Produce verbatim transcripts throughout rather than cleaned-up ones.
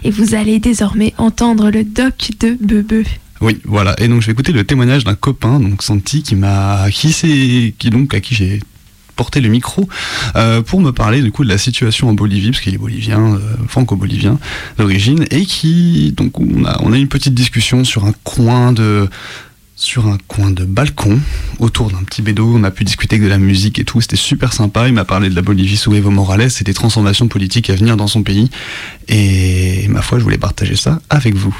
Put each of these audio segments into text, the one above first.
et vous allez désormais entendre le doc de Bebe. Oui, voilà. Et donc je vais écouter le témoignage d'un copain, donc Santi, qui m'a, qui s'est, qui donc à qui j'ai porté le micro euh, pour me parler du coup de la situation en Bolivie, parce qu'il est bolivien, euh, franco-bolivien d'origine, et qui donc on a on a eu une petite discussion sur un coin de sur un coin de balcon autour d'un petit bédo. On a pu discuter de la musique et tout, c'était super sympa. Il m'a parlé de la Bolivie sous Evo Morales et des transformations politiques à venir dans son pays, et ma foi, je voulais partager ça avec vous.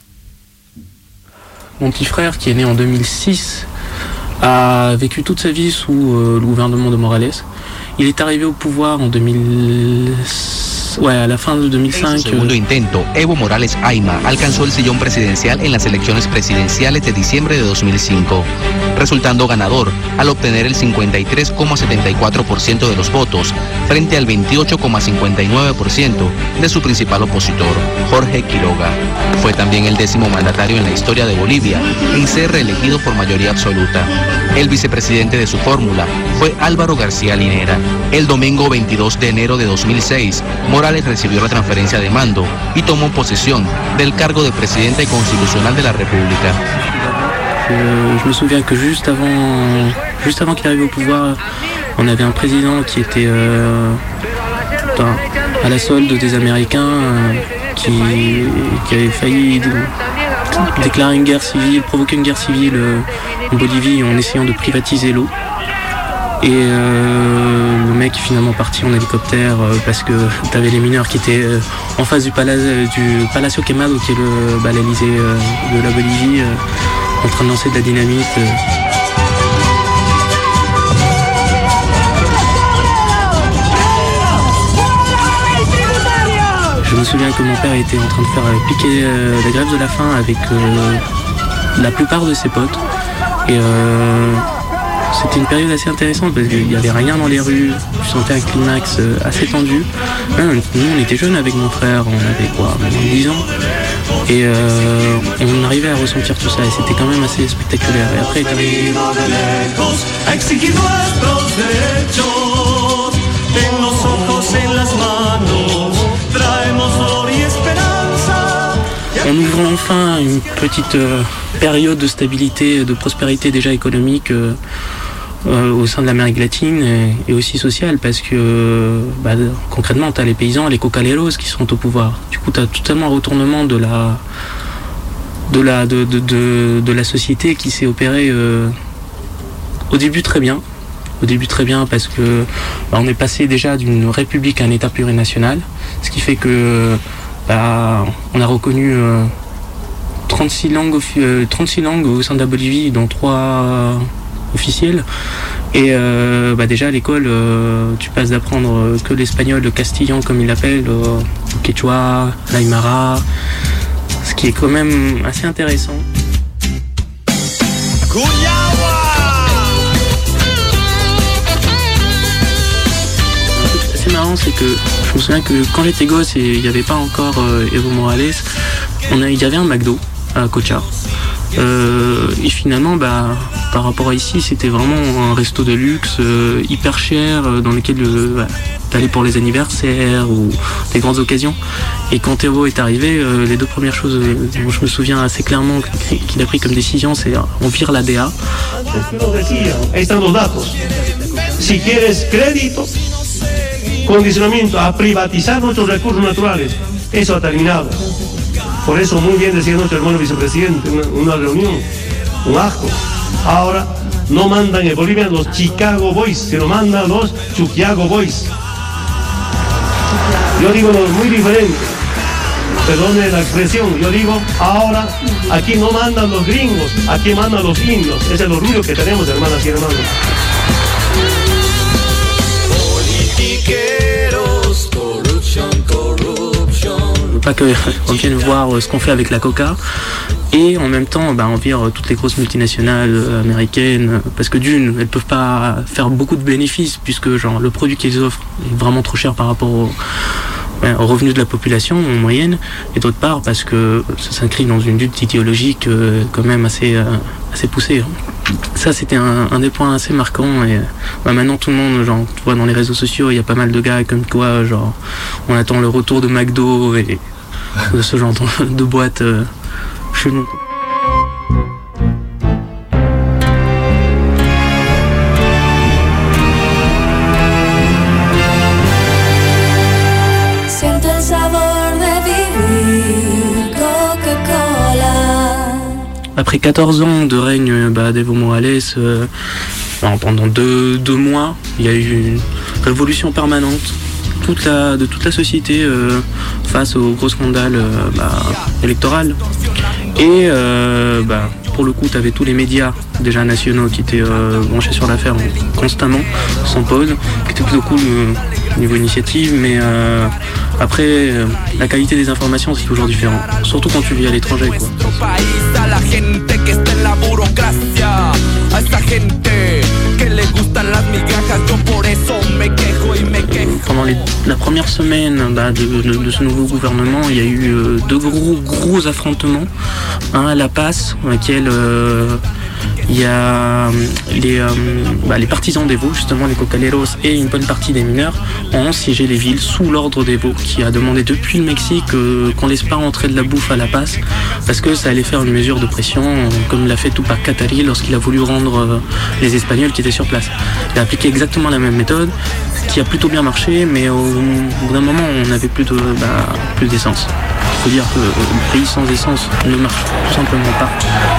Mon petit frère, qui est né en deux mille six, a vécu toute sa vie sous euh, le gouvernement de Morales. Il est arrivé au pouvoir en deux mille... Ouais, à la fin de deux mille cinq. En su segundo intento, Evo Morales Ayma alcanzó el sillón presidencial en las elecciones presidenciales de diciembre de dos mil cinco, resultando ganador al obtener el cincuenta y tres coma setenta y cuatro por ciento de los votos frente al veintiocho coma cincuenta y nueve por ciento de su principal opositor, Jorge Quiroga. Fue también el décimo mandatario en la historia de Bolivia en ser reelegido por mayoría absoluta. El vicepresidente de su fórmula fue Álvaro García Linera. El domingo veintidós de enero de dos mil seis, Morales recibió la transferencia de mando y tomó posesión del cargo de presidente constitucional de la República. Je, je me souviens que juste avant, juste avant qu'il arrive au pouvoir, on avait un président qui était euh, dans, à la solde des Américains, euh, qui, qui avait failli de, déclarer une guerre civile, provoquer une guerre civile euh, en Bolivie en essayant de privatiser l'eau. Et euh, le mec est finalement parti en hélicoptère euh, parce que t'avais les mineurs qui étaient euh, en face du, pala- du Palacio Quemado, qui est le, bah, l'Élysée euh, de la Bolivie, euh, en train de lancer de la dynamite. Euh. Je me souviens que mon père était en train de faire euh, piquer euh, la grève de la faim avec euh, la plupart de ses potes. Et euh, c'était une période assez intéressante parce qu'il n'y avait rien dans les rues, je sentais un climax assez tendu. Nous, on était jeunes avec mon frère, on avait quoi, maintenant dix ans. Et euh, on arrivait à ressentir tout ça et c'était quand même assez spectaculaire. Et après, t'avais... En ouvrant enfin une petite euh, période de stabilité, de prospérité déjà économique euh, euh, au sein de l'Amérique latine et, et aussi sociale, parce que bah, concrètement, tu as les paysans, les cocaleros qui sont au pouvoir. Du coup, tu as totalement un retournement de la, de la, de, de, de, de la société qui s'est opéré euh, au début très bien. Au début très bien parce que bah, on est passé déjà d'une république à un état plurinational, ce qui fait que bah, on a reconnu euh, trente-six langues, euh, trente-six langues au sein de la Bolivie, dont trois officielles. Et euh, bah, déjà à l'école, euh, tu passes d'apprendre que l'espagnol, le castillan comme ils l'appellent, euh, le quechua, l'aymara, ce qui est quand même assez intéressant. C'est marrant, c'est que je me souviens que quand j'étais gosse et il n'y avait pas encore euh, Evo Morales, on a, il y avait un McDo à Cocha. Euh, et finalement, bah, par rapport à ici, c'était vraiment un resto de luxe, euh, hyper cher, euh, dans lequel euh, bah, t'allais pour les anniversaires ou des grandes occasions. Et quand Evo est arrivé, euh, les deux premières choses euh, dont je me souviens assez clairement qu'il a pris comme décision, c'est euh, on vire la D A. Si quieres crédito, condicionamiento a privatizar nuestros recursos naturales, eso ha terminado. Por eso muy bien decía nuestro hermano vicepresidente en una, una reunión, un asco. Ahora no mandan en Bolivia los Chicago Boys, sino mandan los Chuquiago Boys. Yo digo muy diferente, perdone la expresión, yo digo ahora aquí no mandan los gringos, aquí mandan los indios. Ese es el orgullo que tenemos, hermanas y hermanos. Pas qu'on vienne voir ce qu'on fait avec la coca et en même temps bah, on vire toutes les grosses multinationales américaines parce que d'une, elles peuvent pas faire beaucoup de bénéfices puisque genre, le produit qu'ils offrent est vraiment trop cher par rapport au, ouais, aux revenus de la population en moyenne, et d'autre part parce que ça s'inscrit dans une lutte idéologique euh, quand même assez, euh, assez poussée. Ça c'était un, un des points assez marquants et bah, maintenant tout le monde, genre, tu vois dans les réseaux sociaux il y a pas mal de gars comme quoi genre on attend le retour de McDo et de ce genre de, de boîte euh, chez nous. Après quatorze ans de règne bah, d'Evo Morales, euh, pendant deux, deux mois, il y a eu une révolution permanente toute la, de toute la société euh, face au gros scandale euh, bah, électoral. Et euh, bah, pour le coup, tu avais tous les médias déjà nationaux qui étaient euh, branchés sur l'affaire constamment, sans pause, qui était plutôt cool euh, niveau initiative, mais euh, après, euh, la qualité des informations, c'est toujours différent, surtout quand tu vis à l'étranger, quoi. Pendant les, la première semaine bah, de, de, de ce nouveau gouvernement, il y a eu euh, deux gros gros affrontements. Un à La Paz, dans lequel euh, il y a les, euh, bah, les partisans d'Evo, justement les cocaleros et une bonne partie des mineurs, ont siégé les villes sous l'ordre d'Evo, qui a demandé depuis le Mexique euh, qu'on laisse pas entrer de la bouffe à La Paz, parce que ça allait faire une mesure de pression, euh, comme l'a fait Tupac Katari lorsqu'il a voulu rendre euh, les Espagnols qui étaient sur place. Il a appliqué exactement la même méthode, qui a plutôt bien marché, mais au, au bout d'un moment, on n'avait plus de, bah, plus d'essence. Il faut dire que le pays sans essence ne marche tout simplement pas.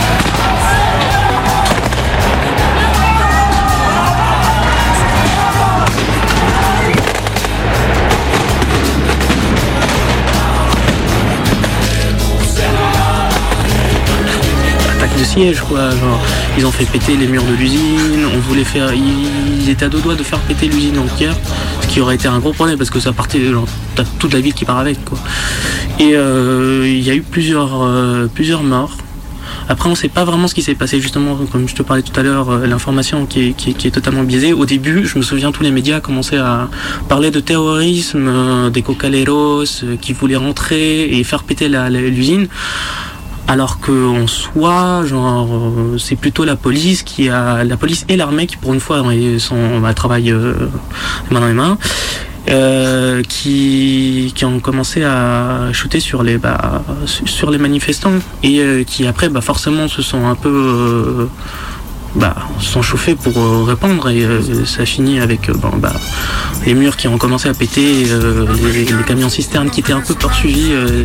De siège quoi, genre ils ont fait péter les murs de l'usine, on voulait faire, ils étaient à deux doigts de faire péter l'usine entière, ce qui aurait été un gros problème parce que ça partait, genre t'as toute la ville qui part avec quoi. Et euh, il y a eu plusieurs euh, plusieurs morts. Après on sait pas vraiment ce qui s'est passé, justement comme je te parlais tout à l'heure, euh, l'information qui est, qui, est, qui est totalement biaisée. Au début je me souviens tous les médias commençaient à parler de terrorisme, euh, des cocaleros euh, qui voulaient rentrer et faire péter la, la, l'usine. Alors qu'en soi, genre, euh, c'est plutôt la police qui a, la police et l'armée qui pour une fois sont, bah, travaillent euh, main dans les mains, euh, qui, qui ont commencé à shooter sur les, bah, sur les manifestants et euh, qui après, bah, forcément, se sont un peu, euh, bah, se sont chauffés pour euh, répondre et euh, ça finit avec, euh, bon, bah, les murs qui ont commencé à péter, euh, les, les camions cisternes qui étaient un peu poursuivis. Euh,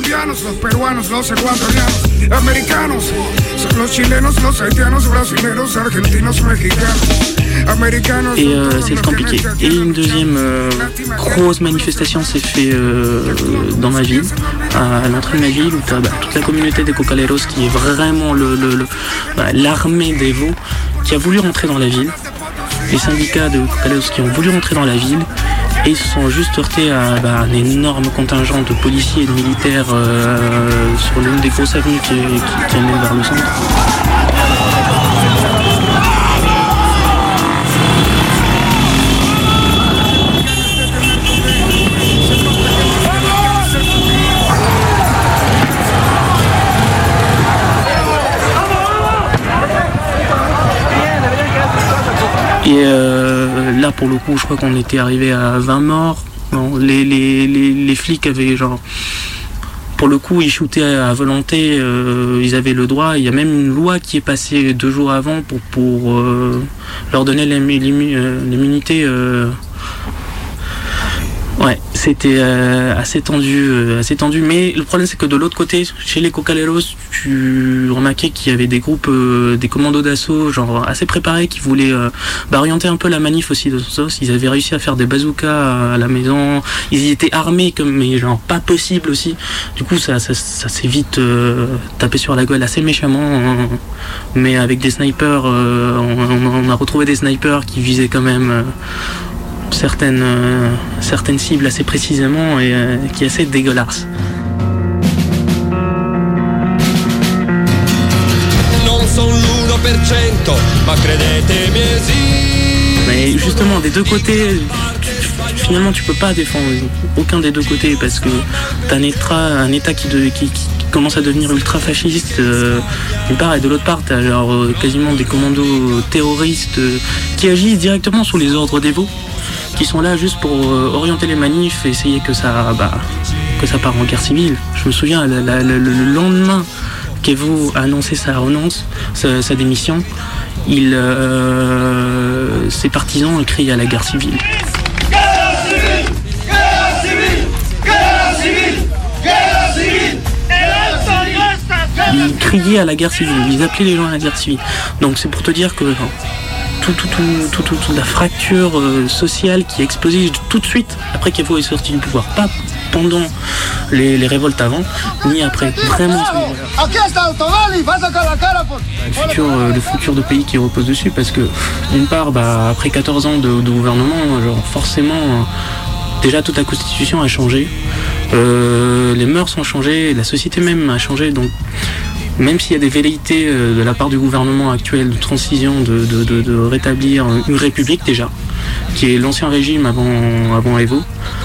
Et euh, c'est compliqué. Et une deuxième euh, grosse manifestation s'est faite euh, dans ma ville, à l'entrée de ma ville, où tu as bah, toute la communauté des cocaleros qui est vraiment le, le, le, bah, l'armée d'Evo qui a voulu rentrer dans la ville. Les syndicats de cocaleros qui ont voulu rentrer dans la ville et ils se sont juste heurtés à bah, un énorme contingent de policiers et de militaires euh, sur l'une des grosses avenues qui, qui, qui amène vers le centre. Et euh, là, pour le coup, je crois qu'on était arrivé à vingt morts. Bon, les, les, les, les flics avaient genre... Pour le coup, ils shootaient à volonté, euh, ils avaient le droit. Il y a même une loi qui est passée deux jours avant pour, pour euh, leur donner l'immunité. Euh... Ouais, c'était euh, assez tendu, euh, assez tendu. Mais le problème, c'est que de l'autre côté, chez les cocaleros, tu remarquais qu'il y avait des groupes, euh, des commandos d'assaut, genre assez préparés, qui voulaient euh, bah, orienter un peu la manif aussi de Sos. Ils avaient réussi à faire des bazookas à la maison. Ils y étaient armés, comme mais genre pas possible aussi. Du coup, ça, ça, ça s'est vite euh, tapé sur la gueule assez méchamment. Hein. Mais avec des snipers, euh, on, on a retrouvé des snipers qui visaient quand même. Euh, Certaines, euh, certaines cibles assez précisément et euh, qui est assez dégueulasse. Mais justement, des deux côtés, tu, finalement tu peux pas défendre aucun des deux côtés parce que t'as un état, un état qui, de, qui, qui commence à devenir ultra fasciste euh, d'une part, et de l'autre part t'as genre euh, quasiment des commandos terroristes euh, qui agissent directement sous les ordres d'Evo, qui sont là juste pour euh, orienter les manifs et essayer que ça, bah, que ça part en guerre civile. Je me souviens, la, la, le, le lendemain qu'Evo a annoncé sa renonce, sa, sa démission, il, euh, ses partisans crient à la guerre civile. Ils criaient à la guerre civile, ils appelaient les gens à la guerre civile. Donc c'est pour te dire que toute tout, tout, tout, tout, la fracture euh, sociale qui a explosé tout de suite après qu'Evo est sorti du pouvoir. Pas pendant les, les révoltes avant, ni après. Vraiment. Le futur, euh, le futur de pays qui repose dessus, parce que d'une part, bah, après quatorze ans de, de gouvernement, genre, forcément, euh, déjà toute la constitution a changé. Euh, les mœurs ont changé, la société même a changé, donc même s'il y a des velléités euh, de la part du gouvernement actuel de transition, de, de, de, de rétablir une république déjà, qui est l'ancien régime avant, avant Evo,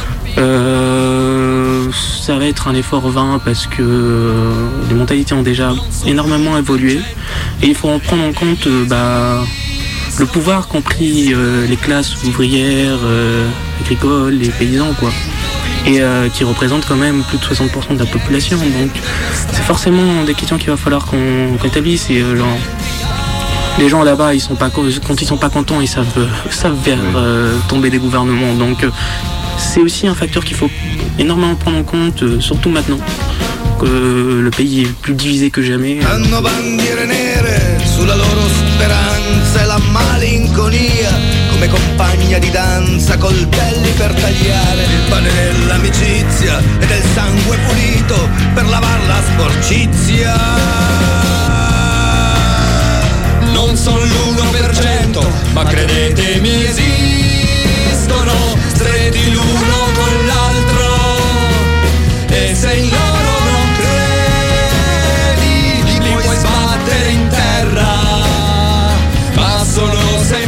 euh, ça va être un effort vain parce que euh, les mentalités ont déjà énormément évolué et il faut en prendre en compte euh, bah, le pouvoir qu'ont pris euh, les classes ouvrières, euh, agricoles, les paysans, quoi. Et euh, qui représente quand même plus de soixante pour cent de la population. Donc c'est forcément des questions qu'il va falloir qu'on rétablisse. Et euh, genre, les gens là-bas, ils sont pas, quand ils sont pas contents, ils savent, euh, savent faire euh, tomber des gouvernements. Donc euh, c'est aussi un facteur qu'il faut énormément prendre en compte, euh, surtout maintenant que euh, le pays est plus divisé que jamais. Come compagna di danza, coltelli per tagliare il pane dell'amicizia e del sangue pulito per lavar la sporcizia. Non sono l'uno per cento, ma credetemi esistono, stretti l'uno con l'altro, e se in loro non credi li puoi sbattere in terra, ma solo se